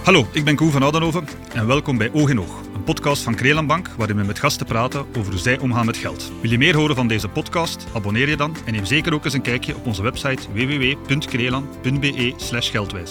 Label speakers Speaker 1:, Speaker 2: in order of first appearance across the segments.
Speaker 1: Hallo, ik ben Koen van Oudenhoven en welkom bij Oog in Oog, een podcast van Kreelanbank waarin we met gasten praten over hoe zij omgaan met geld. Wil je meer horen van deze podcast? Abonneer je dan en neem zeker ook eens een kijkje op onze website www.kreelan.be/geldwijs.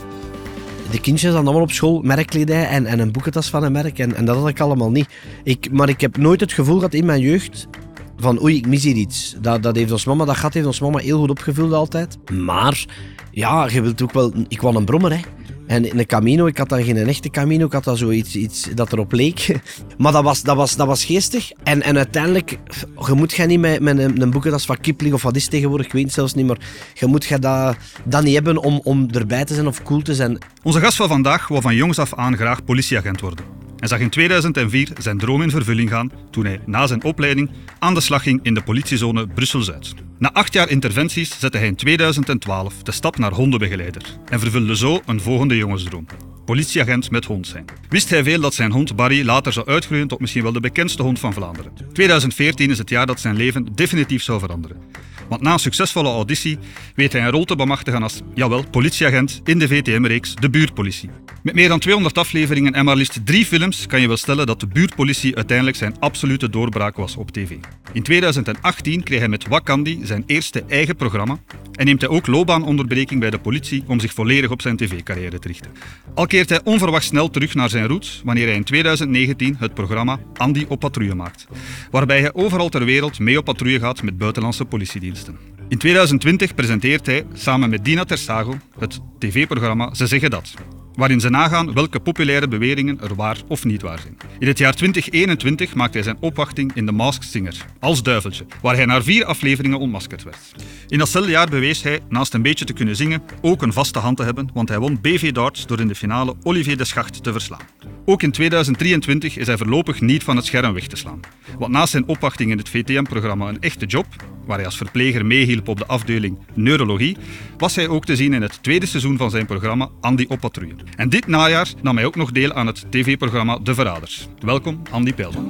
Speaker 2: De kindjes hadden allemaal op school merkkledij en een boekentas van een merk en dat had ik allemaal niet. Maar ik heb nooit het gevoel gehad in mijn jeugd van oei, ik mis hier iets. Dat gat heeft ons mama heel goed opgevuld altijd. Maar ja, je wilt ook wel... Ik wou een brommer, hè. En een Camino, ik had dan geen echte Camino, ik had dan zoiets dat erop leek. Maar dat was geestig. En uiteindelijk, je moet niet met een boekentas van Kipling of wat is tegenwoordig, ik weet het zelfs niet, maar je moet dat niet hebben om erbij te zijn of cool te zijn.
Speaker 1: Onze gast van vandaag wou van jongs af aan graag politieagent worden. Hij zag in 2004 zijn droom in vervulling gaan toen hij na zijn opleiding aan de slag ging in de politiezone Brussel-Zuid. Na 8 jaar interventies zette hij in 2012 de stap naar hondenbegeleider en vervulde zo een volgende jongensdroom. Politieagent met hond zijn. Wist hij veel dat zijn hond Barry later zou uitgroeien tot misschien wel de bekendste hond van Vlaanderen. 2014 is het jaar dat zijn leven definitief zou veranderen. Want na een succesvolle auditie weet hij een rol te bemachtigen als, jawel, politieagent in de VTM-reeks De Buurtpolitie. Met meer dan 200 afleveringen en maar liefst 3 films kan je wel stellen dat De Buurtpolitie uiteindelijk zijn absolute doorbraak was op tv. In 2018 kreeg hij met Wakandi zijn eerste eigen programma en neemt hij ook loopbaanonderbreking bij de politie om zich volledig op zijn tv-carrière te richten. Al keert hij onverwacht snel terug naar zijn roots wanneer hij in 2019 het programma Andy op patrouille maakt, waarbij hij overal ter wereld mee op patrouille gaat met buitenlandse politiediensten. In 2020 presenteert hij samen met Dina Tersago het tv-programma Ze Zeggen Dat, waarin ze nagaan welke populaire beweringen er waar of niet waar zijn. In het jaar 2021 maakt hij zijn opwachting in The Masked Singer, als duiveltje, waar hij na 4 afleveringen ontmaskerd werd. In datzelfde jaar bewees hij, naast een beetje te kunnen zingen, ook een vaste hand te hebben, want hij won BV Darts door in de finale Olivier de Schacht te verslaan. Ook in 2023 is hij voorlopig niet van het scherm weg te slaan. Want naast zijn opwachting in het VTM-programma Een Echte Job, waar hij als verpleger meehielp op de afdeling Neurologie, was hij ook te zien in het 2e seizoen van zijn programma Andy op patrouille. En dit najaar nam hij ook nog deel aan het tv-programma De Verraders. Welkom, Andy Peilman.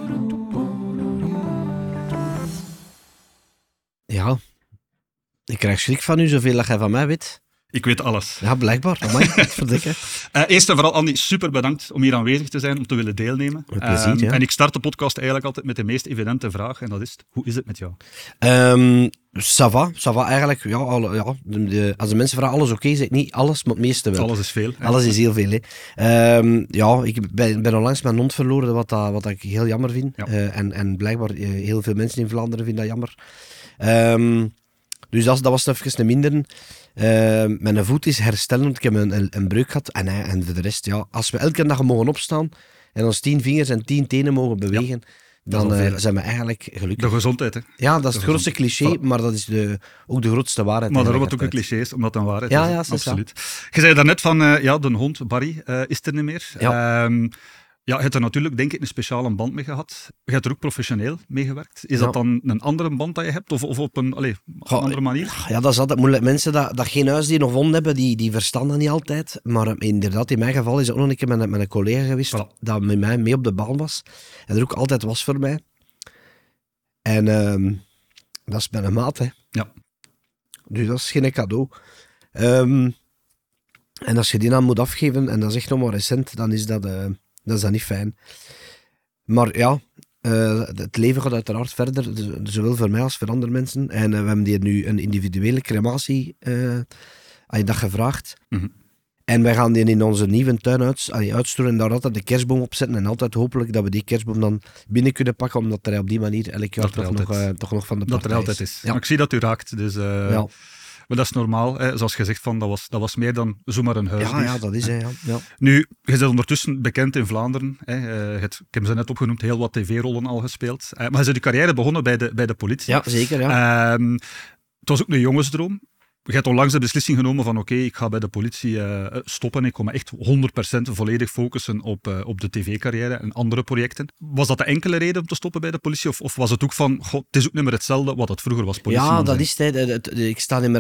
Speaker 2: Ja, ik krijg schrik van u, zoveel dat jij van mij weet.
Speaker 1: Ik weet alles.
Speaker 2: Ja, blijkbaar. Amai, verdikken.
Speaker 1: Eerst en vooral, Andy, super bedankt om hier aanwezig te zijn, om te willen deelnemen.
Speaker 2: Met plezier, ja.
Speaker 1: En ik start de podcast eigenlijk altijd met de meest evidente vraag, en dat is, hoe is het met jou?
Speaker 2: Ça va eigenlijk. Ja, als de mensen vragen alles oké, zeg ik niet alles, maar het meeste wel.
Speaker 1: Alles is veel. Hè?
Speaker 2: Alles is heel veel. Hè. Ik ben onlangs mijn hond verloren, wat ik heel jammer vind. Ja. En blijkbaar heel veel mensen in Vlaanderen vinden dat jammer. Dus dat was even een minder. Mijn voet is herstellend. Ik heb een breuk gehad. En voor de rest, ja, als we elke dag mogen opstaan en ons 10 vingers en 10 tenen mogen bewegen, dan zijn we eigenlijk gelukkig.
Speaker 1: De gezondheid, hè?
Speaker 2: Ja, dat is het grootste cliché, maar dat is ook de grootste waarheid.
Speaker 1: Maar daarom het ook een cliché is, omdat het een waarheid is.
Speaker 2: Ja,
Speaker 1: absoluut. Je zei daarnet van, de hond Barry is er niet meer.
Speaker 2: Ja.
Speaker 1: Je hebt er natuurlijk, denk ik, een speciale band mee gehad. Je hebt er ook professioneel mee gewerkt. Is dat dan een andere band dat je hebt? Of op een andere manier?
Speaker 2: Ja, dat is altijd moeilijk. Mensen dat geen huisdier of hond hebben, die verstaan dat niet altijd. Maar inderdaad, in mijn geval is het ook nog een keer met een collega geweest, dat met mij mee op de baan was. En er ook altijd was voor mij. En dat is mijn maat, hè.
Speaker 1: Ja.
Speaker 2: Dus dat is geen cadeau. En als je die dan moet afgeven, en dat is echt nog maar recent, dan is dat niet fijn. Maar ja, het leven gaat uiteraard verder, zowel voor mij als voor andere mensen. En we hebben die nu een individuele crematie gevraagd.
Speaker 1: Mm-hmm.
Speaker 2: En wij gaan die in onze nieuwe tuin uitstoren en daar altijd de kerstboom op zetten. En altijd hopelijk dat we die kerstboom dan binnen kunnen pakken, omdat er op die manier elk jaar toch nog van de partij is.
Speaker 1: Dat er altijd is.
Speaker 2: Ja.
Speaker 1: Maar ik zie dat u raakt, dus...
Speaker 2: Ja.
Speaker 1: Maar dat is normaal, hè. Zoals gezegd, dat was meer dan zomaar een huisdier.
Speaker 2: Ja, dat is hij. Ja.
Speaker 1: Nu, je bent ondertussen bekend in Vlaanderen. Hè. Ik heb ze net opgenoemd, heel wat tv-rollen al gespeeld. Maar je bent je carrière begonnen bij de politie.
Speaker 2: Ja, zeker. Ja.
Speaker 1: Het was ook een jongensdroom. Je hebt onlangs de beslissing genomen van oké, ik ga bij de politie stoppen. Ik kom me echt 100% volledig focussen op de tv-carrière en andere projecten. Was dat de enkele reden om te stoppen bij de politie? Of was het ook van, het is ook niet meer hetzelfde wat het vroeger was?
Speaker 2: Ja, dat is het. Ik sta niet meer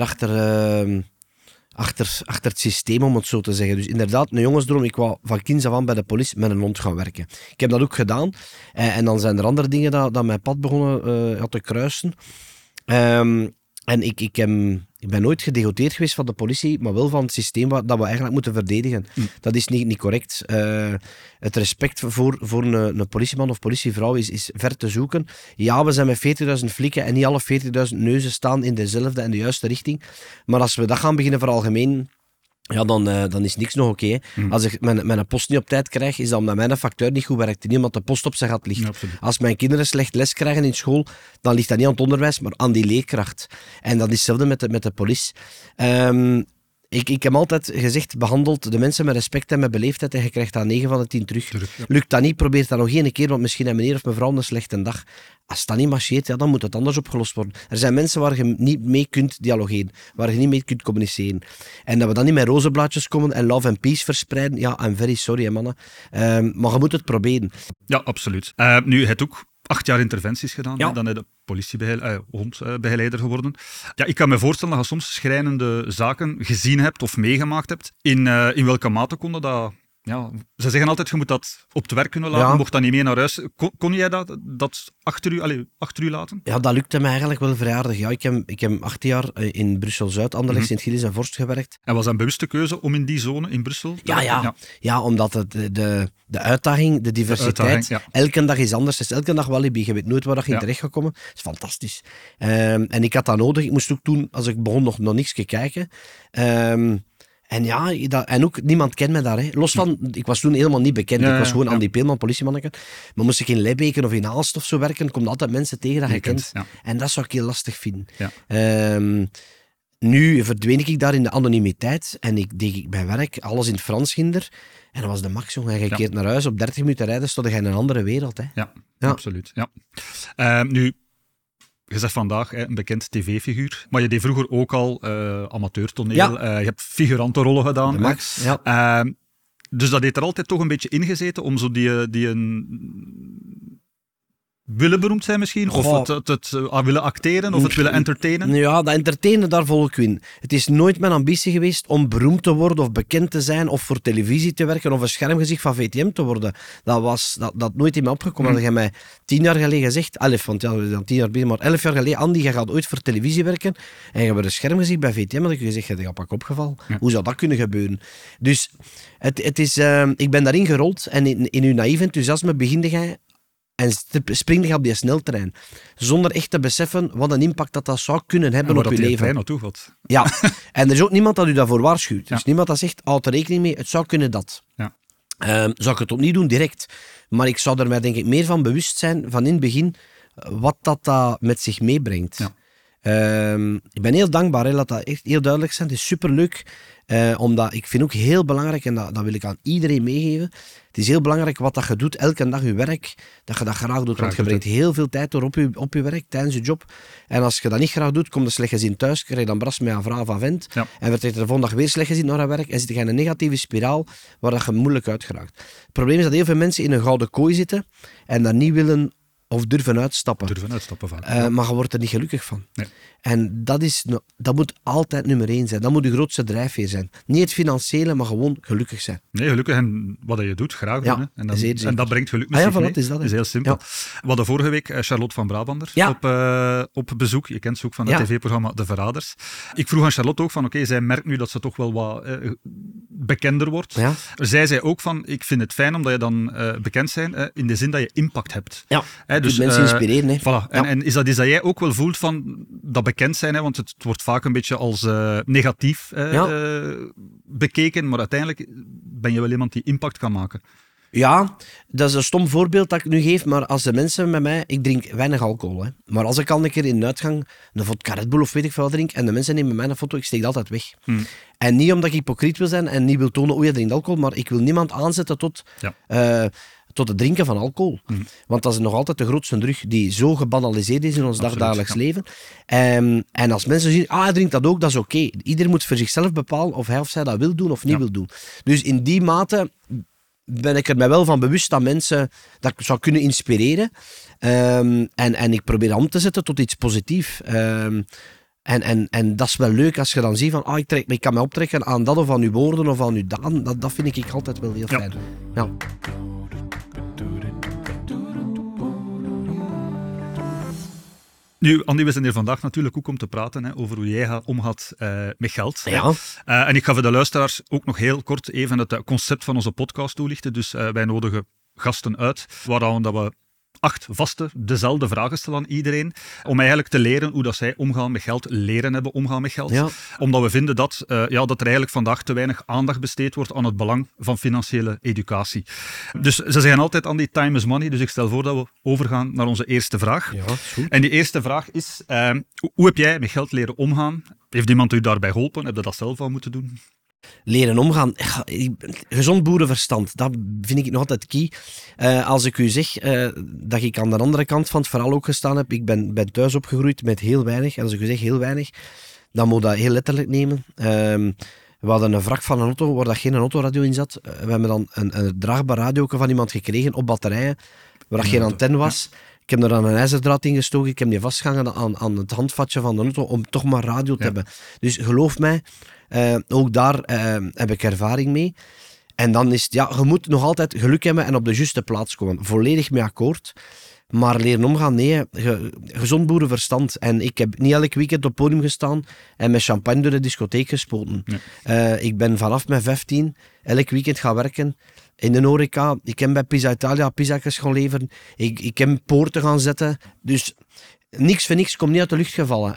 Speaker 2: achter het systeem, om het zo te zeggen. Dus inderdaad, een jongensdroom. Ik wou van kinds af aan bij de politie met een hond gaan werken. Ik heb dat ook gedaan. En dan zijn er andere dingen dat mijn pad begonnen te kruisen. En Ik ben nooit gedegoteerd geweest van de politie, maar wel van het systeem dat we eigenlijk moeten verdedigen. Dat is niet correct. Het respect voor een politieman of politievrouw is ver te zoeken. Ja, we zijn met 40.000 flikken en niet alle 40.000 neuzen staan in dezelfde en de juiste richting. Maar als we dat gaan beginnen veralgemenen, ja, dan is niks nog oké. Als ik mijn post niet op tijd krijg, is dat omdat mijn factuur niet goed werkt. Niet omdat de post op zijn gat ligt.
Speaker 1: Ja,
Speaker 2: als mijn kinderen slecht les krijgen in school, dan ligt dat niet aan het onderwijs, maar aan die leerkracht. En dat is hetzelfde met de politie. Ik heb altijd gezegd, behandeld de mensen met respect en met beleefdheid en je krijgt dat 9 van de 10 terug.
Speaker 1: Ja.
Speaker 2: Lukt dat niet, probeer dat nog één keer, want misschien hebben meneer of mevrouw een slechte dag. Als dat niet marcheert, ja, dan moet het anders opgelost worden. Er zijn mensen waar je niet mee kunt dialogeren, waar je niet mee kunt communiceren. En dat we dan niet met rozenblaadjes komen en love and peace verspreiden, ja, I'm very sorry, hè, mannen. Maar je moet het proberen.
Speaker 1: Ja, absoluut. Nu, je hebt ook 8 jaar interventies gedaan.
Speaker 2: Ja.
Speaker 1: Hè? Dan ben je hondbegeleider geworden. Ja, ik kan me voorstellen dat je soms schrijnende zaken gezien hebt of meegemaakt hebt. In welke mate kon dat... Ja, ze zeggen altijd, je moet dat op het werk kunnen laten,
Speaker 2: Ja.
Speaker 1: mocht dat niet mee naar huis. Kon jij dat achter u laten?
Speaker 2: Ja, dat lukte mij eigenlijk wel vrij aardig. Ja, ik heb 8 jaar in Brussel-Zuid, Anderlecht, Sint-Gilles en Vorst gewerkt.
Speaker 1: En was dat een bewuste keuze om in die zone in Brussel te werken?
Speaker 2: Ja, omdat de uitdaging, de diversiteit, elke dag is anders. Het is elke dag Walibi. Je weet nooit waar je in terecht gaat komen. Dat is fantastisch. En ik had dat nodig. Ik moest ook toen, als ik begon, nog niks kijken. En ja, en ook niemand kent me daar. Hè. Los van, ik was toen helemaal niet bekend. Ik was gewoon Andy Peelman, politiemanneke. Maar moest ik in Lebbeke of in Aalst of zo werken, komt altijd mensen tegen dat je kent.
Speaker 1: Ja.
Speaker 2: En dat zou ik heel lastig vinden.
Speaker 1: Ja.
Speaker 2: Nu verdween ik daar in de anonimiteit en ik deed mijn werk, alles in het Frans ginder. En dat was de max, jongen. Je keert naar huis, op 30 minuten rijden, stond je in een andere wereld. Hè.
Speaker 1: Ja, absoluut. Ja. Nu, je zegt vandaag een bekend tv-figuur, maar je deed vroeger ook al amateurtoneel.
Speaker 2: Ja.
Speaker 1: Je hebt figurantenrollen gedaan.
Speaker 2: De max,
Speaker 1: hè.
Speaker 2: ja.
Speaker 1: Dus dat heeft er altijd toch een beetje ingezeten om zo die een... willen beroemd zijn misschien? Of het willen acteren? Of het willen entertainen?
Speaker 2: Ja, dat entertainen, daar volg ik in. Het is nooit mijn ambitie geweest om beroemd te worden of bekend te zijn of voor televisie te werken of een schermgezicht van VTM te worden. Dat nooit in me opgekomen. Dat jij mij 10 jaar geleden gezegd, 11, want ja, we zijn 10 jaar bezig, maar 11 jaar geleden, Andy, jij gaat ooit voor televisie werken en je wordt een schermgezicht bij VTM, had ik gezegd, je hebt pak opgevallen. Ja. Hoe zou dat kunnen gebeuren? Dus het is, ik ben daarin gerold en in uw naïef enthousiasme beginde jij en spring je op die sneltrein. Zonder echt te beseffen wat een impact dat zou kunnen hebben op je leven.
Speaker 1: Naartoe gaat.
Speaker 2: Ja, en er is ook niemand dat u daarvoor waarschuwt. Dus niemand dat zegt, houd er rekening mee, het zou kunnen dat.
Speaker 1: Ja.
Speaker 2: Zou ik het opnieuw doen, direct. Maar ik zou er mij denk ik meer van bewust zijn, van in het begin, wat dat met zich meebrengt.
Speaker 1: Ja.
Speaker 2: Ik ben heel dankbaar, laat dat echt heel duidelijk zijn. Het is superleuk, omdat ik vind ook heel belangrijk, en dat wil ik aan iedereen meegeven, het is heel belangrijk wat dat je doet, elke dag je werk, dat je dat graag doet. Want je brengt heel veel tijd door op je werk, tijdens je job. En als je dat niet graag doet, komt er slecht gezien thuis, krijg je dan bras met een vrouw van vent, en vertrekt er de volgende dag weer slecht gezien naar je werk, en zit je in een negatieve spiraal waar dat je moeilijk uit geraakt. Het probleem is dat heel veel mensen in een gouden kooi zitten, en daar niet willen of durven uitstappen. Maar je wordt er niet gelukkig van.
Speaker 1: Nee.
Speaker 2: En dat moet altijd nummer 1 zijn. Dat moet de grootste drijfveer zijn. Niet het financiële, maar gewoon gelukkig zijn.
Speaker 1: Nee, gelukkig en wat je doet, graag doen.
Speaker 2: Ja,
Speaker 1: en dat brengt geluk met zich mee.
Speaker 2: Is dat
Speaker 1: is heel simpel. Ja. We hadden vorige week Charlotte van Brabander op bezoek. Je kent ze ook van het tv-programma De Verraders. Ik vroeg aan Charlotte ook van, zij merkt nu dat ze toch wel wat bekender wordt. Ja. Zij zei ook van, ik vind het fijn omdat je dan bekend bent, in de zin dat je impact hebt.
Speaker 2: Ja. Dus mensen inspireren. Hè.
Speaker 1: Voilà. En is dat jij ook wel voelt van dat bekend zijn? Hè? Want het wordt vaak een beetje als negatief bekeken, maar uiteindelijk ben je wel iemand die impact kan maken.
Speaker 2: Ja, dat is een stom voorbeeld dat ik nu geef, maar als de mensen met mij... Ik drink weinig alcohol, hè. Maar als ik al een keer in een uitgang een vodka Red Bull of weet ik veel drink en de mensen nemen mij een foto, ik steek dat altijd weg. En niet omdat ik hypocriet wil zijn en niet wil tonen hoe je drinkt alcohol, maar ik wil niemand aanzetten tot het drinken van alcohol. Want dat is nog altijd de grootste drug die zo gebanaliseerd is in ons dagelijks leven. En als mensen zien, hij drinkt dat ook, dat is oké. Ieder moet voor zichzelf bepalen of hij of zij dat wil doen of niet wil doen. Dus in die mate ben ik er mij wel van bewust dat mensen dat ik zou kunnen inspireren. En ik probeer om te zetten tot iets positiefs. En dat is wel leuk als je dan ziet van, ik kan me optrekken aan dat of aan uw woorden of aan uw daden. Dat vind ik altijd wel heel fijn. Ja.
Speaker 1: Nu, Andy, we zijn hier vandaag natuurlijk ook om te praten over hoe jij omgaat met geld.
Speaker 2: Ja.
Speaker 1: En ik ga voor de luisteraars ook nog heel kort even het concept van onze podcast toelichten. Dus wij nodigen gasten uit, waaraan dat we 8 vaste, dezelfde vragen stellen aan iedereen, om eigenlijk te leren hoe dat zij omgaan met geld, leren hebben omgaan met geld.
Speaker 2: Ja.
Speaker 1: Omdat we vinden dat er eigenlijk vandaag te weinig aandacht besteed wordt aan het belang van financiële educatie. Dus ze zeggen altijd, Andy, time is money, dus ik stel voor dat we overgaan naar onze eerste vraag.
Speaker 2: Ja, is goed.
Speaker 1: En die eerste vraag is, hoe heb jij met geld leren omgaan? Heeft iemand u daarbij geholpen? Heb je dat zelf al moeten doen?
Speaker 2: Leren omgaan. Gezond boerenverstand, dat vind ik nog altijd key. Als ik u zeg dat ik aan de andere kant van het verhaal ook gestaan heb, ik ben thuis opgegroeid met heel weinig. En als ik u zeg heel weinig, dan moet dat heel letterlijk nemen. We hadden een wrak van een auto waar dat geen autoradio in zat. We hebben dan een draagbaar radio van iemand gekregen op batterijen, waar dat geen antenne was. Ik heb er dan een ijzerdraad in gestoken, ik heb die vastgehangen aan het handvatje van de auto om toch maar radio te hebben. Dus geloof mij, ook daar heb ik ervaring mee. En dan is het, je moet nog altijd geluk hebben en op de juiste plaats komen. Volledig mee akkoord. Maar leren omgaan, nee, gezond boerenverstand. En ik heb niet elk weekend op het podium gestaan en met champagne door de discotheek gespoten. Ja. Ik ben vanaf mijn 15 elk weekend gaan werken in de horeca. Ik heb bij Pizza Italia pizza's gaan leveren. Ik heb poorten gaan zetten. Dus niks voor niks komt niet uit de lucht gevallen.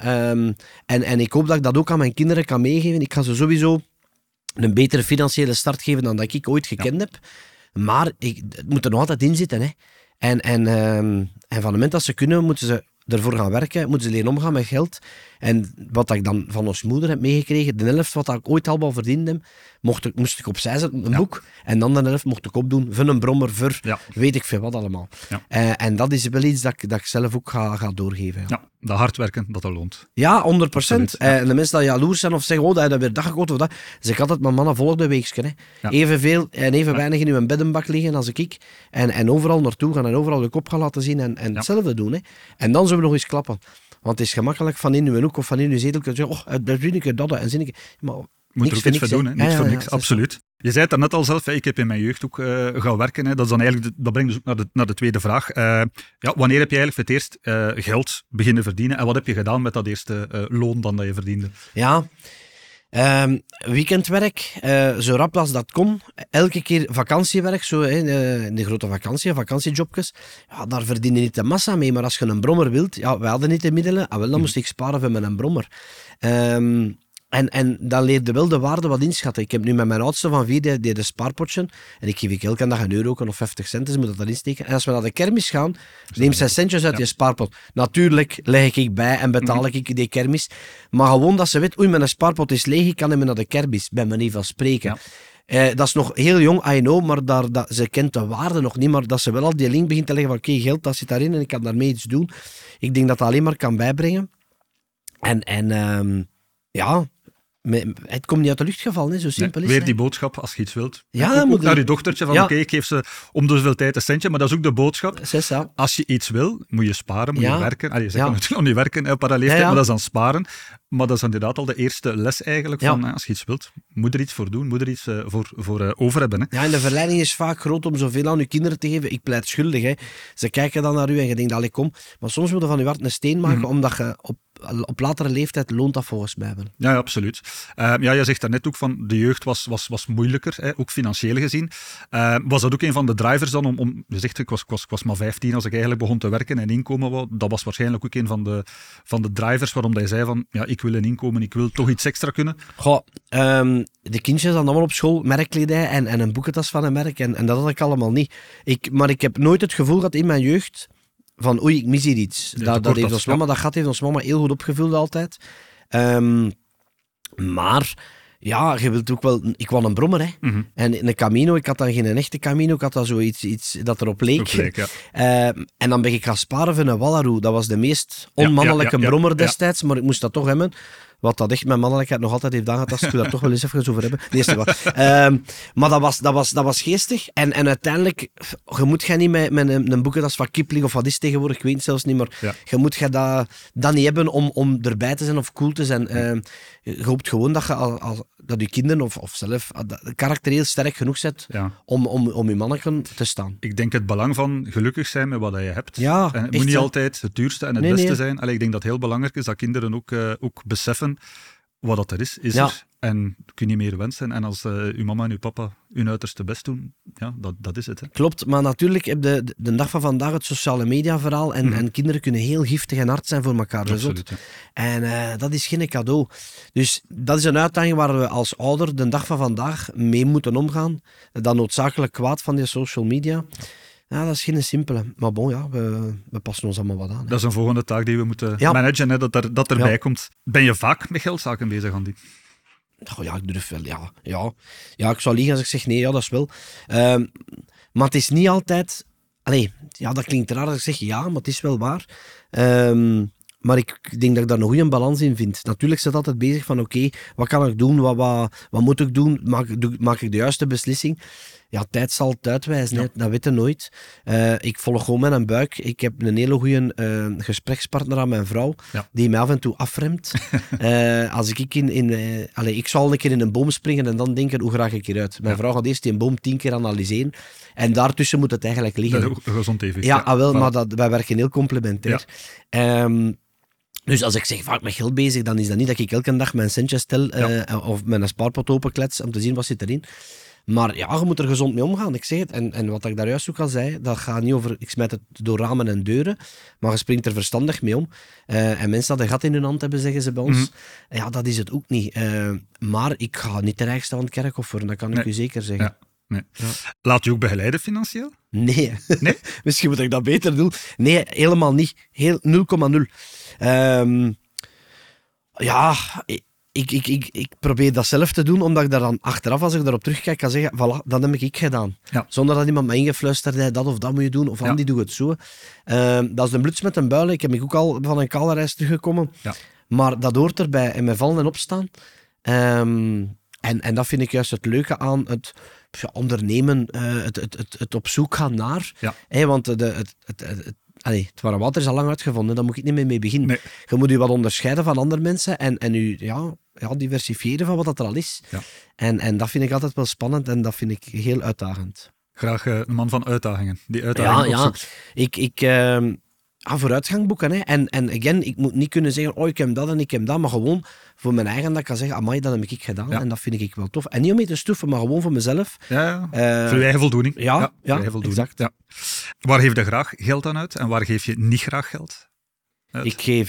Speaker 2: En ik hoop dat ik dat ook aan mijn kinderen kan meegeven. Ik ga ze sowieso een betere financiële start geven dan dat ik ooit gekend heb. Maar het moet er nog altijd in zitten, hè. En van het moment dat ze kunnen, moeten ze ervoor gaan werken, moeten ze leren omgaan met geld. En wat ik dan van ons moeder heb meegekregen, de helft wat ik ooit al verdiende, moest ik opzij zetten, een boek. En dan de helft mocht ik opdoen voor een brommer, voor weet ik veel wat allemaal. Ja. En dat is wel iets dat ik zelf ook ga doorgeven. Ja,
Speaker 1: dat hard werken, dat loont.
Speaker 2: Ja, 100%. En de mensen die jaloers zijn of zeggen, dat je weer dat gekocht of dat, zeg ik altijd, maar mannen, volg de weekje. Evenveel en even weinig in uw beddenbak liggen als ik. En overal naartoe gaan en overal je kop gaan laten zien en hetzelfde doen. Hè. En dan zullen we nog eens klappen. Want het is gemakkelijk van in uw hoek of van in uw zetel te zeggen, dat vind ik dat en zin ik. Maar
Speaker 1: moet er ook iets voor doen, hè? Niks voor niks, absoluut. Je zei het daarnet al zelf, ik heb in mijn jeugd ook gaan werken. Hè. Dat is dan eigenlijk, dat brengt dus ook naar de tweede vraag. Wanneer heb je eigenlijk voor het eerst geld beginnen verdienen en wat heb je gedaan met dat eerste loon dan dat je verdiende?
Speaker 2: Ja, weekendwerk, zo rap als dat kon. Elke keer vakantiewerk, zo, in de grote vakantiejobjes. Ja, daar verdien je niet de massa mee, maar als je een brommer wilt, wij hadden niet de middelen, dan moest ik sparen voor mijn brommer. En dan leerde wel de waarde wat inschatten. Ik heb nu met mijn oudste van 4 de spaarpotje. En ik geef elke dag €1 of 50 cent, dus moet dat erin steken. En als we naar de kermis gaan, neem 6 centjes uit je spaarpot. Natuurlijk leg ik bij en betaal ik die kermis. Maar gewoon dat ze weet, mijn spaarpot is leeg, ik kan hem naar de kermis, bij manier van spreken. Ja. Dat is nog heel jong, I know, maar ze kent de waarde nog niet. Maar dat ze wel al die link begint te leggen van oké, geld dat zit daarin en ik kan daarmee iets doen. Ik denk dat dat alleen maar kan bijbrengen. Het komt niet uit de lucht gevallen, zo simpel is het.
Speaker 1: Weer die boodschap, als je iets wilt.
Speaker 2: Ja,
Speaker 1: ook naar je dochtertje, van ik geef ze om de zoveel tijd een centje, maar dat is ook de boodschap. Als je iets wil, moet je sparen, moet je werken. Je kan natuurlijk nog niet werken op haar leeftijd, maar dat is dan sparen. Maar dat is inderdaad al de eerste les eigenlijk, van als je iets wilt, moet er iets voor doen, moet er iets voor over hebben. Hè.
Speaker 2: Ja, en de verleiding is vaak groot om zoveel aan je kinderen te geven. Ik pleit schuldig. Hè. Ze kijken dan naar u en je denkt, allee, kom. Maar soms moet je van je hart een steen maken, omdat je op latere leeftijd loont dat volgens mij wel.
Speaker 1: Ja, absoluut. Je zegt daarnet ook van de jeugd was moeilijker, hè, ook financieel gezien. Was dat ook een van de drivers dan om je zegt, ik was maar 15 als ik eigenlijk begon te werken en inkomen wou. Dat was waarschijnlijk ook een van de drivers waarom hij zei van, ik wil een inkomen, ik wil toch iets extra kunnen.
Speaker 2: Goh, de kindjes dan allemaal op school merkkledij en een boekentas van een merk en dat had ik allemaal niet. Maar ik heb nooit het gevoel gehad in mijn jeugd van oei, ik mis hier iets. Dat heeft ons mama, dat gat heeft ons mama heel goed opgevuld altijd. Maar ja, je wilt ook wel... Ik wou een brommer, hè. Mm-hmm. En een Camino, ik had dan geen echte Camino, ik had dan zoiets dat erop leek. En dan ben ik gaan sparen voor een Wallaroo. Dat was de meest onmannelijke brommer destijds, maar ik moest dat toch hebben. Wat dat echt mijn mannelijkheid nog altijd heeft aangetast. Ik wil daar toch wel eens even over hebben. Nee, is toch wel. Maar dat was geestig. En uiteindelijk, je moet niet met een boekentas van Kipling of wat is het tegenwoordig, ik weet het zelfs niet, maar je moet dat niet hebben om erbij te zijn of cool te zijn. Je hoopt gewoon dat dat je kinderen of zelf karakterieel sterk genoeg zet om je manneken te staan.
Speaker 1: Ik denk het belang van gelukkig zijn met wat je hebt.
Speaker 2: Ja,
Speaker 1: en het moet niet altijd het duurste en het beste zijn. Allee, ik denk dat het heel belangrijk is dat kinderen ook beseffen wat dat er is er. En kun je meer wensen. En als uw mama en uw papa hun uiterste best doen, dat is het. Hè.
Speaker 2: Klopt, maar natuurlijk heb de dag van vandaag het sociale media verhaal en kinderen kunnen heel giftig en hard zijn voor elkaar.
Speaker 1: Absoluut, ja.
Speaker 2: En dat is geen cadeau. Dus dat is een uitdaging waar we als ouder de dag van vandaag mee moeten omgaan. Dat noodzakelijk kwaad van die social media. Ja, dat is geen simpele. Maar bon, we passen ons allemaal wat aan. Hè.
Speaker 1: Dat is een volgende taak die we moeten managen, hè, dat erbij komt. Ben je vaak met geldzaken bezig, Andy?
Speaker 2: Oh, ja, ik durf wel, ja, ik zou liegen als ik zeg nee, dat is wel. Maar het is niet altijd... dat klinkt raar als ik zeg ja, maar het is wel waar. Maar ik denk dat ik daar een goede balans in vind. Natuurlijk zit altijd bezig van oké, wat kan ik doen, wat moet ik doen, maak ik de juiste beslissing? Ja, tijd zal het uitwijzen, hè. Dat weet je nooit. Ik volg gewoon mijn buik. Ik heb een hele goede gesprekspartner aan mijn vrouw, die mij af en toe afremt. Als ik ik zal een keer in een boom springen en dan denken, hoe raak ik hieruit? Mijn vrouw gaat eerst die boom 10 keer analyseren en daartussen moet het eigenlijk liggen.
Speaker 1: Dat is gezond even.
Speaker 2: Ja, wel, maar wij werken heel complementair. Ja. Dus als ik zeg vaak met geld bezig, dan is dat niet dat ik elke dag mijn centjes stel of mijn spaarpot openklets om te zien wat zit erin. Maar ja, je moet er gezond mee omgaan, ik zeg het. En wat ik daar juist ook al zei, dat gaat niet over, ik smijt het door ramen en deuren, maar je springt er verstandig mee om. En mensen dat een gat in hun hand hebben, zeggen ze bij ons. Ja, dat is het ook niet. Maar ik ga niet de rijkste van het kerkhof worden, dat kan ik u zeker zeggen. Ja.
Speaker 1: Nee. Ja. Laat je ook begeleiden financieel?
Speaker 2: Nee? Misschien moet ik dat beter doen. Nee, helemaal niet. 0,0. Ik probeer dat zelf te doen, omdat ik daar dan achteraf, als ik daarop terugkijk, kan zeggen, voilà, dat heb ik gedaan. Ja. Zonder dat iemand me ingefluisterd heeft, dat of dat moet je doen, of Andy doet het zo. Dat is een bluts met een buil. Ik heb ook al van een kale reis teruggekomen. Ja. Maar dat hoort erbij, en met vallen en opstaan. En dat vind ik juist het leuke aan het ondernemen, het op zoek gaan naar. Ja. Want het warme water is al lang uitgevonden, daar moet ik niet meer mee beginnen. Nee. Je moet je wat onderscheiden van andere mensen en je diversifiëren van wat er al is. Ja. En dat vind ik altijd wel spannend en dat vind ik heel uitdagend.
Speaker 1: Graag een man van uitdagingen, die uitdagingen opzoekt.
Speaker 2: Vooruitgang boeken. Hè. En again, ik moet niet kunnen zeggen, ik heb dat en ik heb dat, maar gewoon voor mijn eigen, dat ik kan zeggen, amai, dat heb ik gedaan en dat vind ik wel tof. En niet om mee te stoeven, maar gewoon voor mezelf.
Speaker 1: Ja. Voor je eigen voldoening.
Speaker 2: Ja, exact.
Speaker 1: Ja. Waar geef je graag geld aan uit en waar geef je niet graag geld uit?
Speaker 2: Ik geef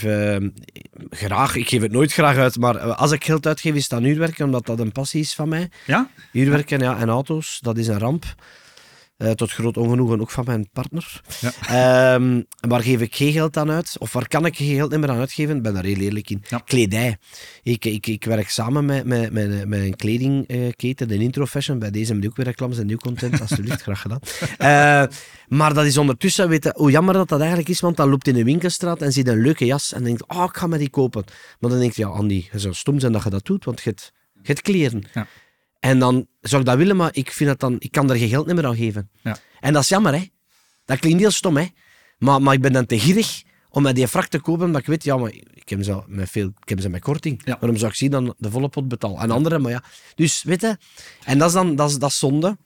Speaker 2: het nooit graag uit, maar als ik geld uitgeef, is het aan huurwerken, omdat dat een passie is van mij.
Speaker 1: Ja?
Speaker 2: Huurwerken en auto's, dat is een ramp. Tot groot ongenoegen ook van mijn partner. Ja. Waar geef ik geen geld aan uit? Of waar kan ik geen geld meer aan uitgeven? Ik ben daar heel eerlijk in. Ja. Kledij. Ik werk samen met een kledingketen, de Intro Fashion. Bij deze heb ik ook weer reclames en nieuw content. Alsjeblieft, graag gedaan. Maar dat is ondertussen, weet je, hoe jammer dat eigenlijk is, want dan loopt in de winkelstraat en ziet een leuke jas en denkt, ik ga me die kopen. Maar dan denk je, Andy, je zou stom zijn dat je dat doet, want je hebt kleren. Ja. En dan zou ik dat willen, maar ik kan er geen geld meer aan geven. Ja. En dat is jammer, hè. Dat klinkt heel stom, hè. Maar ik ben dan te gierig om met die frak te kopen, omdat ik weet, maar ik heb ze met korting. Ja. Waarom zou ik zien dan de volle pot betalen? En anderen, maar ja. Dus, weet je, en dat is zonde.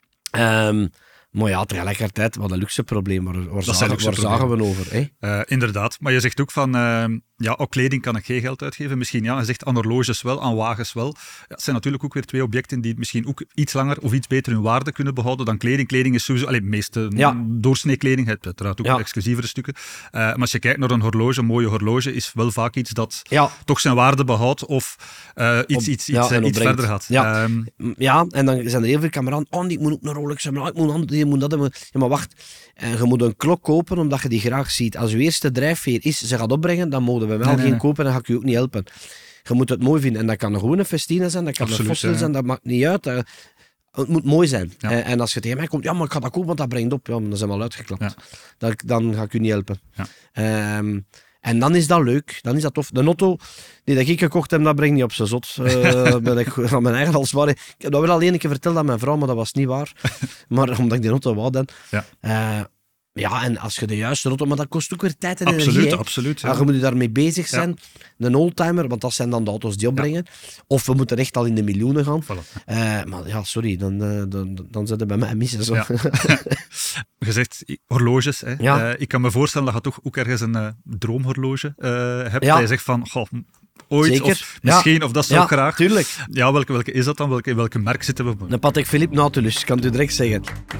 Speaker 2: Maar ja, tegelijkertijd, wat een luxe probleem. Waar zagen we over?
Speaker 1: Inderdaad. Maar je zegt ook van, op kleding kan ik geen geld uitgeven. Misschien ja, je zegt aan horloges wel, aan wagens wel. Ja, het zijn natuurlijk ook weer twee objecten die misschien ook iets langer of iets beter hun waarde kunnen behouden dan kleding. Kleding is sowieso, de meeste doorsnee kleding, het uiteraard ook exclusievere stukken. Maar als je kijkt naar een horloge, een mooie horloge, is wel vaak iets dat toch zijn waarde behoudt of iets verder gaat.
Speaker 2: Ja, en dan zijn er heel veel kameraden, ik moet ook een Rolex hebben, ik moet dat hebben. Ja, maar wacht, je moet een klok kopen omdat je die graag ziet. Als je eerste drijfveer is, ze gaat opbrengen, dan mogen we wel geen kopen en dan ga ik je ook niet helpen. Je moet het mooi vinden. En dat kan een gewone Festina zijn, dat kan een Fossil zijn, dat maakt niet uit. Het moet mooi zijn. Ja. En als je tegen mij komt, maar ik ga dat kopen, want dat brengt op. Ja, dan zijn we al uitgeklapt. Ja. Dan ga ik je niet helpen. Ja. En dan is dat leuk, dan is dat tof. De auto die dat ik gekocht heb, dat brengt niet op zijn zot. Ben ik aan mijn eigen als waar. Ik heb dat wel al één keer verteld aan mijn vrouw, maar dat was niet waar. Maar omdat ik die auto wou dan.
Speaker 1: Ja.
Speaker 2: Ja, en als je de juiste auto... Maar dat kost ook weer tijd en
Speaker 1: Absoluut,
Speaker 2: energie.
Speaker 1: absoluut. Ja.
Speaker 2: Ja, je moet je daarmee bezig zijn. Een oldtimer, want dat zijn dan de auto's die opbrengen. Of we moeten echt al in de miljoenen gaan.
Speaker 1: Voilà.
Speaker 2: Maar ja, sorry, dan zit het bij mij missen. Zo.
Speaker 1: Ja. Je zegt horloges. Hè.
Speaker 2: Ja.
Speaker 1: Ik kan me voorstellen dat je toch ook ergens een droomhorloge hebt.
Speaker 2: Ja.
Speaker 1: Dat je zegt van, goh, ooit
Speaker 2: Zeker.
Speaker 1: of misschien, of dat zou ik graag.
Speaker 2: Tuurlijk.
Speaker 1: Ja, welke is dat dan? Welke merk zitten we?
Speaker 2: Een Patek Philippe Nautilus, kan u direct zeggen.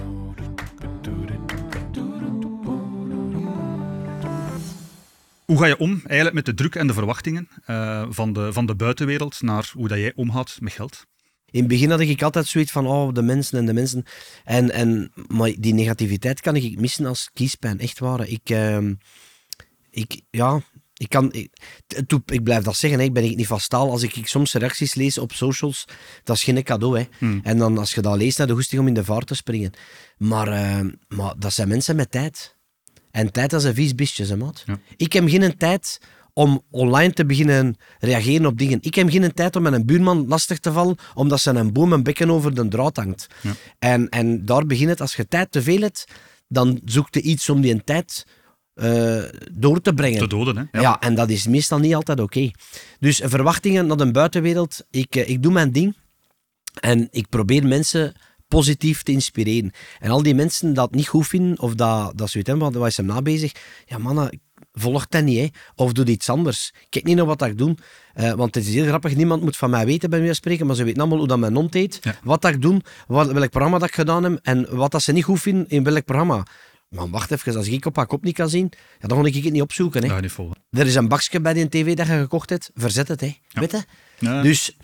Speaker 1: Hoe ga je om eigenlijk met de druk en de verwachtingen van de buitenwereld naar hoe dat jij omgaat met geld?
Speaker 2: In het begin had ik altijd zoiets van, de mensen. Maar die negativiteit kan ik missen als kiespijn, echt waar. Ik blijf dat zeggen, hè. Ik ben niet van staal. Als ik soms reacties lees op socials, dat is geen cadeau. Hè. En dan als je dat leest, dan de goesting om in de vaart te springen. Maar dat zijn mensen met tijd. En tijd, dat is een vies beestje, hè, maat. Ja. Ik heb geen tijd om online te beginnen reageren op dingen. Ik heb geen tijd om met een buurman lastig te vallen, omdat ze een boom een bekken over de draad hangt. Ja. En daar begint het. Als je tijd te veel hebt, dan zoek je iets om die tijd door te brengen.
Speaker 1: Te doden, hè?
Speaker 2: Ja, en dat is meestal niet altijd oké. Dus verwachtingen naar de buitenwereld. Ik doe mijn ding en ik probeer mensen positief te inspireren. En al die mensen dat niet goed vinden, of dat zoiets hebben, waar is hem na bezig? Ja, mannen, volg dat niet, hè. Of doe iets anders. Kijk niet naar wat ik doe. Want het is heel grappig, niemand moet van mij weten, bij mij spreken, maar ze weten allemaal hoe dat mijn hond heet, wat ik doe, welk programma dat ik gedaan heb, en wat dat ze niet goed vinden in welk programma. Maar wacht even, als ik op haar kop niet kan zien, ja, dan ga ik het niet opzoeken. Hè.
Speaker 1: Ja, niet vol.
Speaker 2: Er is een bakje bij die tv dat je gekocht hebt, verzet het. Hè. Ja. Weet je? Ja. Dus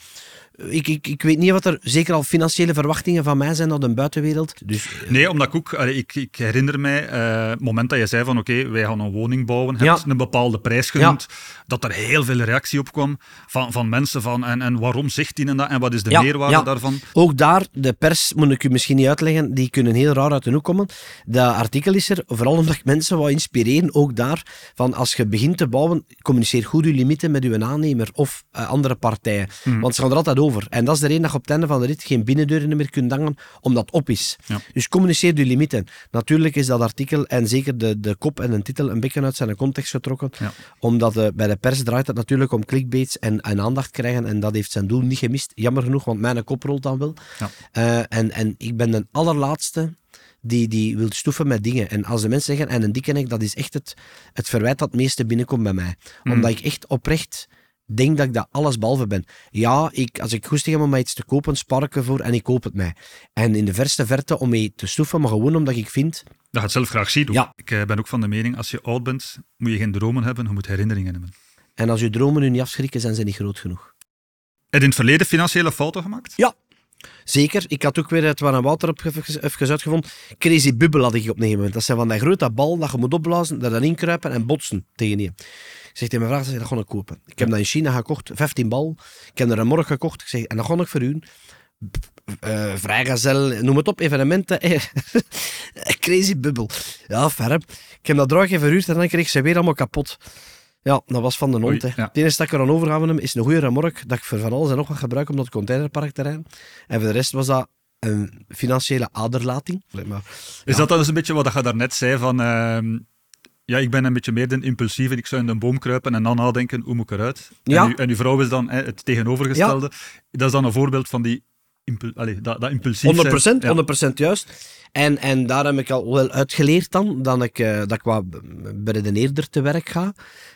Speaker 2: ik weet niet wat er zeker al financiële verwachtingen van mij zijn naar de buitenwereld. Dus,
Speaker 1: nee, omdat ik herinner mij het moment dat je zei van oké, wij gaan een woning bouwen, hebt een bepaalde prijs genoemd, dat er heel veel reactie op kwam van mensen van en waarom zegt die en dat en wat is de meerwaarde daarvan?
Speaker 2: Ook daar, de pers, moet ik u misschien niet uitleggen, die kunnen heel raar uit de hoek komen. Dat artikel is er, vooral omdat ik mensen wou inspireren, ook daar, van als je begint te bouwen, communiceer goed je limieten met je aannemer of andere partijen. Want ze gaan er altijd over. En dat is de reden dat je op het einde van de rit geen binnendeuren meer kunt hangen, omdat het op is. Ja. Dus communiceer je limieten. Natuurlijk is dat artikel, en zeker de kop en de titel, een beetje uit zijn context getrokken. Ja. Omdat bij de pers draait het natuurlijk om clickbaits en aandacht krijgen. En dat heeft zijn doel niet gemist. Jammer genoeg, want mijn kop rolt dan wel. Ja. En ik ben de allerlaatste die wil stoeven met dingen. En als de mensen zeggen, en een dikke nek, dat is echt het verwijt dat het meeste binnenkomt bij mij. Omdat ik echt oprecht denk dat ik dat alles behalve ben. Ja, als ik goesting heb om mij iets te kopen, spaar ik ervoor en ik koop het mij. En in de verste verte om mee te stoeven, maar gewoon omdat ik vind...
Speaker 1: Dat je het zelf graag ziet. Ja. Ik ben ook van de mening, als je oud bent, moet je geen dromen hebben, je moet herinneringen hebben.
Speaker 2: En als je dromen nu niet afschrikken, zijn ze niet groot genoeg.
Speaker 1: Heb je in het verleden financiële fouten gemaakt?
Speaker 2: Ja. Zeker. Ik had ook weer het waar een Wouter op even uitgevonden. Crazy Bubble had ik op een gegeven moment. Dat zijn van die grote bal dat je moet opblazen, daar dan inkruipen en botsen tegen je. Ik zeg tegen mijn vraag, dat ga ik kopen. Ik heb dat in China gekocht, 15 bal. Ik heb er een morgen gekocht. Ik zeg, en dat ga ik voor u. Vrijgezel, noem het op, evenementen. Crazy Bubble. Ja, ferm. Ik heb dat draagje verhuurd en dan kreeg ze weer allemaal kapot. Ja, dat was van de hond. Ja. Het enige dat ik er aan overgehouden heb, is een goede remork dat ik voor van alles en nog wat gebruik om dat containerpark te rijden. En voor de rest was dat een financiële aderlating. Maar,
Speaker 1: is dat dan dus een beetje wat je daarnet zei van... Ja, ik ben een beetje meer de impulsief en ik zou in een boom kruipen en dan nadenken, hoe moet ik eruit?
Speaker 2: Ja.
Speaker 1: En uw vrouw is dan het tegenovergestelde. Ja. Dat is dan een voorbeeld van die dat impulsief
Speaker 2: 100%,
Speaker 1: zijn.
Speaker 2: 100% juist. En daar heb ik al wel uitgeleerd dan, dat ik wat beredeneerder te werk ga.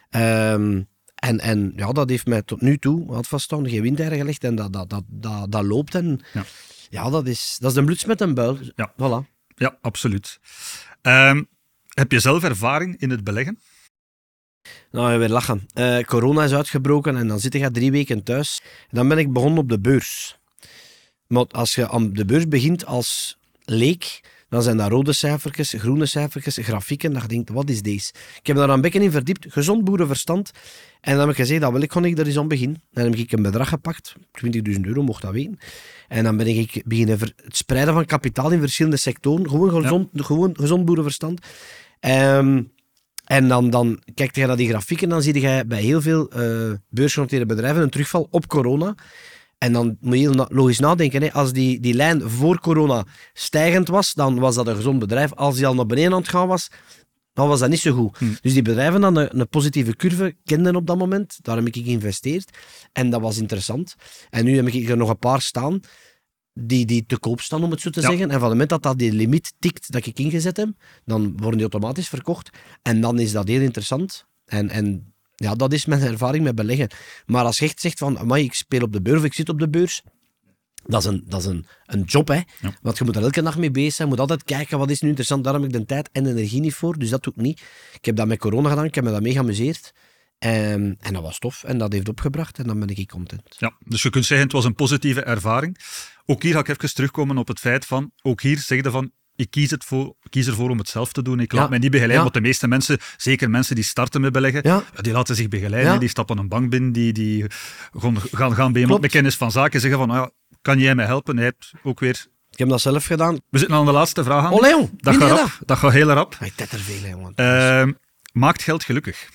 Speaker 2: En ja, dat heeft mij tot nu toe, had vaststaan, geen windeieren gelegd en dat loopt. En ja, dat is een bloeds met een buil.
Speaker 1: Ja,
Speaker 2: voilà.
Speaker 1: Ja, absoluut. Heb je zelf ervaring in het beleggen?
Speaker 2: Nou, weer lachen. Corona is uitgebroken en dan zit je 3 weken thuis. Dan ben ik begonnen op de beurs. Maar als je aan de beurs begint als leek, dan zijn dat rode cijfertjes, groene cijfertjes, grafieken. Dan denk je, wat is deze? Ik heb daar een beetje in verdiept, gezond boerenverstand. En dan heb ik gezegd, dat wil ik gewoon er eens aan beginnen. Dan heb ik een bedrag gepakt, €20.000, mocht dat weten. En dan ben ik beginnen het spreiden van kapitaal in verschillende sectoren. Gewoon gezond boerenverstand. En dan kijk je naar die grafieken, dan zie je bij heel veel beursgenoteerde bedrijven een terugval op corona. En dan moet je heel logisch nadenken. Hè. Als die lijn voor corona stijgend was, dan was dat een gezond bedrijf. Als die al naar beneden aan het gaan was, dan was dat niet zo goed. Dus die bedrijven dan een positieve curve kenden op dat moment. Daar heb ik geïnvesteerd. En dat was interessant. En nu heb ik er nog een paar staan die te koop staan, om het zo te zeggen. En van het moment dat die limiet tikt dat ik ingezet heb, dan worden die automatisch verkocht. En dan is dat heel interessant. En ja, dat is mijn ervaring met beleggen. Maar als je echt zegt van, amai, ik speel op de beurs of ik zit op de beurs, dat is een job, hè. Ja. Want je moet er elke dag mee bezig zijn. Je moet altijd kijken, wat is nu interessant. Daar heb ik de tijd en de energie niet voor. Dus dat doe ik niet. Ik heb dat met corona gedaan. Ik heb me dat mee geamuseerd. En dat was tof. En dat heeft opgebracht. En dan ben ik content.
Speaker 1: Ja, dus je kunt zeggen, het was een positieve ervaring. Ook hier ga ik even terugkomen op het feit van, ook hier zeg je van, ik kies ervoor om het zelf te doen. Ik laat mij niet begeleiden, want de meeste mensen, zeker mensen die starten met beleggen, die laten zich begeleiden. Die stappen een bank binnen, die gaan bij iemand met kennis van zaken zeggen van, kan jij mij helpen? Hij hebt ook weer...
Speaker 2: Ik heb dat zelf gedaan.
Speaker 1: We zitten aan de laatste vraag aan.
Speaker 2: Oh, Leon,
Speaker 1: dat gaat heel rap.
Speaker 2: Ik tet er veel, jongen.
Speaker 1: Maakt geld gelukkig?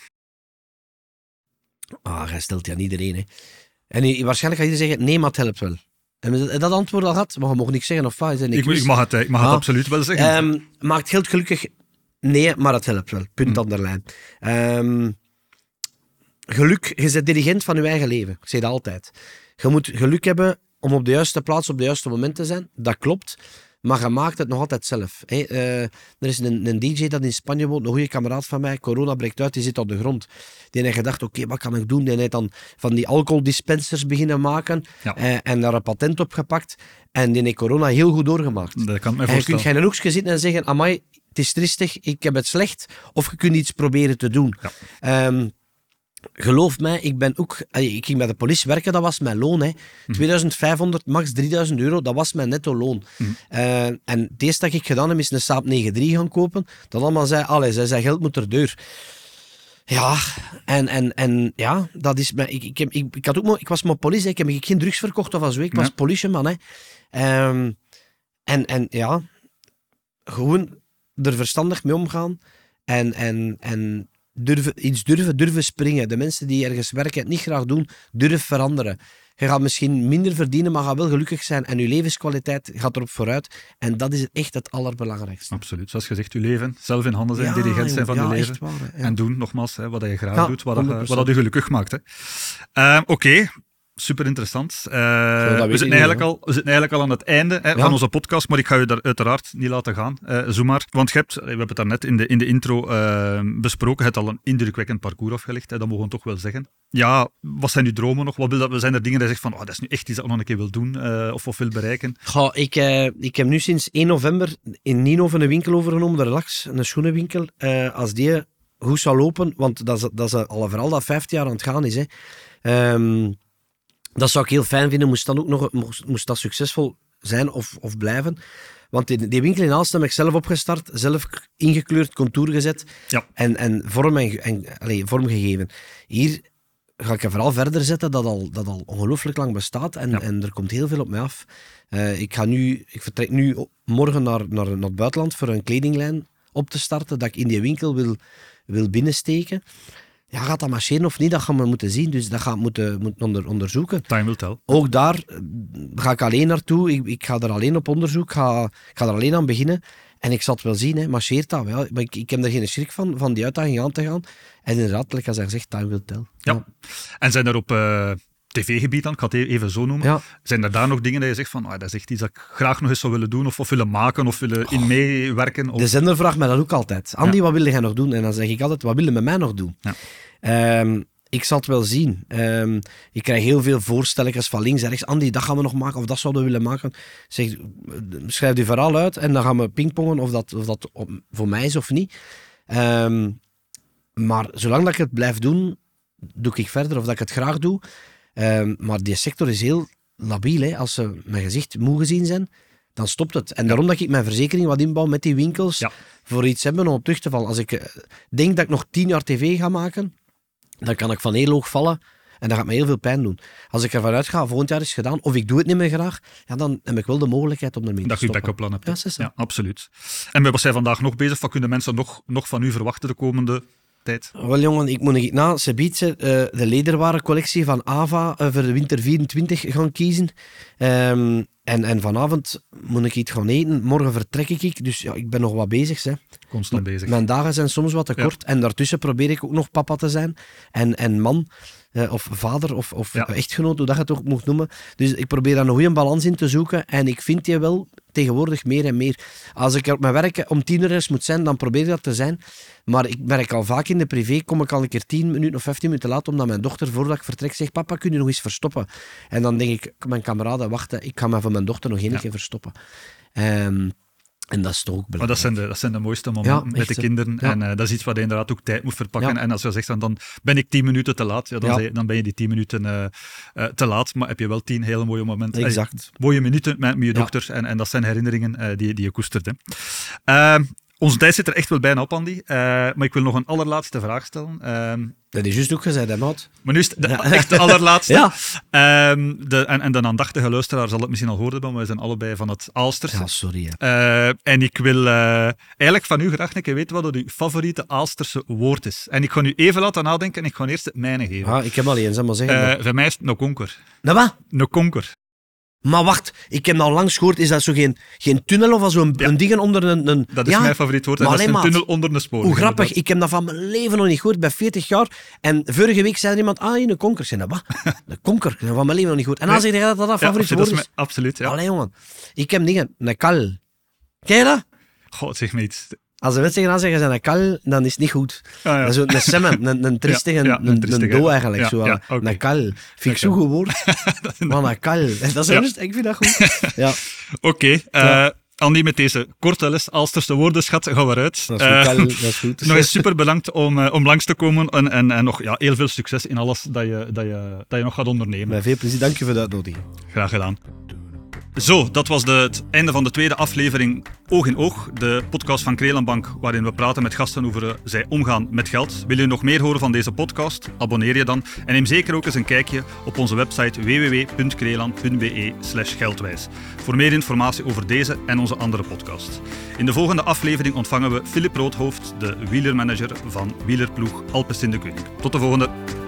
Speaker 2: Jij stelt ja niet iedereen, hè. En waarschijnlijk ga je zeggen, nee, maar het helpt wel. En dat antwoord al had, maar je mag niks zeggen of wat.
Speaker 1: Ik mag het absoluut wel zeggen.
Speaker 2: Maakt geld gelukkig? Nee, maar het helpt wel. Punt aan de lijn. Geluk, je bent dirigent van je eigen leven. Ik zeg dat altijd. Je moet geluk hebben om op de juiste plaats op de juiste moment te zijn. Dat klopt. Maar je maakt het nog altijd zelf. Er is een DJ dat in Spanje woont, een goede kameraad van mij. Corona breekt uit, die zit op de grond. Die heeft gedacht, oké, wat kan ik doen? Die heeft dan van die alcoholdispensers beginnen maken. Ja. En daar een patent op gepakt. En die heeft corona heel goed doorgemaakt.
Speaker 1: Dat kan ik me
Speaker 2: voorstellen. En je kunt geen hoekje zitten en zeggen, amai, het is tristig, ik heb het slecht. Of je kunt iets proberen te doen. Ja. Geloof mij, ik ging bij de politie werken, dat was mijn loon. Hè. 2500, max 3000 euro, dat was mijn netto loon. En het eerste dat ik gedaan heb, is een Saab 9-3 gaan kopen. Dat allemaal zei, zij zei, geld moet er deur. Ja, en ja, dat is... Ik was maar politie, ik heb geen drugs verkocht of zo. Ik was politieman. Hè. En ja, gewoon er verstandig mee omgaan. En durven springen. De mensen die ergens werken het niet graag doen, durven veranderen. Je gaat misschien minder verdienen, maar gaat wel gelukkig zijn. En je levenskwaliteit gaat erop vooruit. En dat is echt het allerbelangrijkste.
Speaker 1: Absoluut. Zoals gezegd, je leven zelf in handen zijn, dirigent zijn van je leven.
Speaker 2: Waar, ja.
Speaker 1: En doen, nogmaals, wat je graag doet, wat je gelukkig maakt. Oké. Super interessant. We zitten eigenlijk al aan het einde van onze podcast, maar ik ga je daar uiteraard niet laten gaan. Zoem maar. Want we hebben het daarnet in de intro besproken, je hebt al een indrukwekkend parcours afgelegd, dat mogen we toch wel zeggen. Ja, wat zijn uw dromen nog? Zijn er dingen die je zegt van, dat is nu echt iets dat ik nog een keer wil doen of wil bereiken?
Speaker 2: Ik heb nu sinds 1 november in Nienhoven een winkel overgenomen, de Relax, een schoenenwinkel. Als die goed zou lopen, want dat is al vooral dat 15 jaar aan het gaan is, hè. Dat zou ik heel fijn vinden, moest dat succesvol zijn of blijven. Want die winkel in Aalst heb ik zelf opgestart, zelf ingekleurd, contour gezet en vorm gegeven. Hier ga ik er vooral verder zetten dat al ongelooflijk lang bestaat en er komt heel veel op mij af. Ik vertrek nu morgen naar het buitenland voor een kledinglijn op te starten, dat ik in die winkel wil binnensteken. Ja, gaat dat marcheren of niet? Dat gaan we moeten zien. Dus dat gaan we moeten onderzoeken.
Speaker 1: Time will tell.
Speaker 2: Ook daar ga ik alleen naartoe. Ik ga er alleen op onderzoek. Ik ga er alleen aan beginnen. En ik zal het wel zien, hè. Marcheert dat wel. Maar ik heb er geen schrik van die uitdaging aan te gaan. En inderdaad, als hij zegt, time will tell.
Speaker 1: Ja. En zijn er op tv-gebied dan, ik ga het even zo noemen, zijn er daar nog dingen dat je zegt van, dat is echt iets dat ik graag nog eens zou willen doen of willen maken of willen in meewerken? Of...
Speaker 2: De zender vraagt mij dat ook altijd. Andy, wat wil jij nog doen? En dan zeg ik altijd, wat wil je met mij nog doen? Ja. Ik zal het wel zien. Ik krijg heel veel voorstellingen van links en rechts. Andy, dat gaan we nog maken of dat zouden we willen maken. Zeg, schrijf je verhaal uit en dan gaan we pingpongen of dat voor mij is of niet. Maar zolang dat ik het blijf doen, doe ik verder of dat ik het graag doe. Maar die sector is heel labiel. Hè. Als ze mijn gezicht moe gezien zijn, dan stopt het. En daarom dat ik mijn verzekering wat inbouw met die winkels voor iets hebben om op terug te vallen. Als ik denk dat ik nog 10 jaar tv ga maken, dan kan ik van heel hoog vallen en dat gaat me heel veel pijn doen. Als ik ervan uitga, volgend jaar is het gedaan, of ik doe het niet meer graag, dan heb ik wel de mogelijkheid om ermee te stoppen.
Speaker 1: Dat je backup plan hebt. Ja, absoluut. En met wat zijn vandaag nog bezig? Wat kunnen mensen nog van u verwachten de komende tijd?
Speaker 2: Wel jongen, ik moet na Cebice de lederwarencollectie van Ava voor de winter 24 gaan kiezen. En vanavond moet ik iets gaan eten. Morgen vertrek ik. Dus ja, ik ben nog wat bezig. Hè.
Speaker 1: Constant bezig.
Speaker 2: Mijn dagen zijn soms wat te kort. En daartussen probeer ik ook nog papa te zijn. En man. Of vader of echtgenoot, hoe dat je het ook mocht noemen. Dus ik probeer daar een goede balans in te zoeken. En ik vind die wel tegenwoordig meer en meer. Als ik op mijn werk om 10 uur moet zijn, dan probeer ik dat te zijn. Maar ik merk al vaak in de privé, kom ik al een keer 10 minuten of 15 minuten laat, omdat mijn dochter, voordat ik vertrek, zegt, papa, kun je nog eens verstoppen? En dan denk ik, mijn kameraden, wacht, ik ga me voor mijn dochter nog één keer verstoppen. En dat is toch ook belangrijk.
Speaker 1: Maar dat zijn de mooiste momenten met de kinderen. Ja. En dat is iets wat je inderdaad ook tijd moet verpakken. Ja. En als je zegt, dan ben ik 10 minuten te laat, dan ben je die 10 minuten te laat. Maar heb je wel 10 hele mooie momenten.
Speaker 2: Exact.
Speaker 1: Mooie minuten met je dochter. En dat zijn herinneringen die je koestert. Hè. Onze tijd zit er echt wel bijna op, Andy. Maar ik wil nog een allerlaatste vraag stellen.
Speaker 2: Dat is juist ook gezegd, hè, maat?
Speaker 1: Maar nu is het echt de allerlaatste.
Speaker 2: Ja.
Speaker 1: En de aandachtige luisteraar zal het misschien al horen hebben, maar we zijn allebei van het Aalsters.
Speaker 2: Ja, sorry.
Speaker 1: En ik wil eigenlijk van u graag een keer weten wat uw favoriete Aalsterse woord is. En ik ga nu even laten nadenken en ik ga eerst het mijne geven.
Speaker 2: Ah, ik heb al eens, maar zeggen.
Speaker 1: Voor mij is het no konker.
Speaker 2: Nou wat?
Speaker 1: No konker.
Speaker 2: Maar wacht, ik heb al lang gehoord, is dat zo geen tunnel of zo'n ding onder een...
Speaker 1: Dat is mijn favoriet woord, en dat is een tunnel onder een spoor.
Speaker 2: Hoe grappig, inderdaad. Ik heb dat van mijn leven nog niet gehoord, bij 40 jaar. En vorige week zei er iemand, een konker. Ik zei, wat? Een konker, ik heb van mijn leven nog niet gehoord. En dan zeg je dat favoriet woord is.
Speaker 1: Absoluut, ja.
Speaker 2: Allee, jongen. Ik heb dingen, een kal. Ken je dat?
Speaker 1: God, zeg me iets.
Speaker 2: Als de mensen gaan zeggen, een kal, dan is het niet goed.
Speaker 1: Ah, ja.
Speaker 2: Dat is een semmen, een tristige, een do eigenlijk.
Speaker 1: Ja,
Speaker 2: zo,
Speaker 1: ja, okay.
Speaker 2: Een kal. Vind ik zo'n goed woord. Maar een kal. Dat is ik vind dat goed. Ja.
Speaker 1: Oké. Andy, met deze korte les Aalsterse woordenschat gaan we eruit.
Speaker 2: Dat is goed, Kal, dat is goed.
Speaker 1: Nog eens super bedankt om langs te komen en nog heel veel succes in alles dat je nog gaat ondernemen.
Speaker 2: Met veel plezier, dank je voor de uitnodiging.
Speaker 1: Graag gedaan. Zo, dat was het einde van de tweede aflevering Oog in Oog, de podcast van Krelenbank, waarin we praten met gasten over hoe zij omgaan met geld. Wil je nog meer horen van deze podcast? Abonneer je dan en neem zeker ook eens een kijkje op onze website www.kreeland.be/geldwijs voor meer informatie over deze en onze andere podcasts. In de volgende aflevering ontvangen we Philip Roodhoofd, de wielermanager van wielerploeg Alpecin de Koning. Tot de volgende!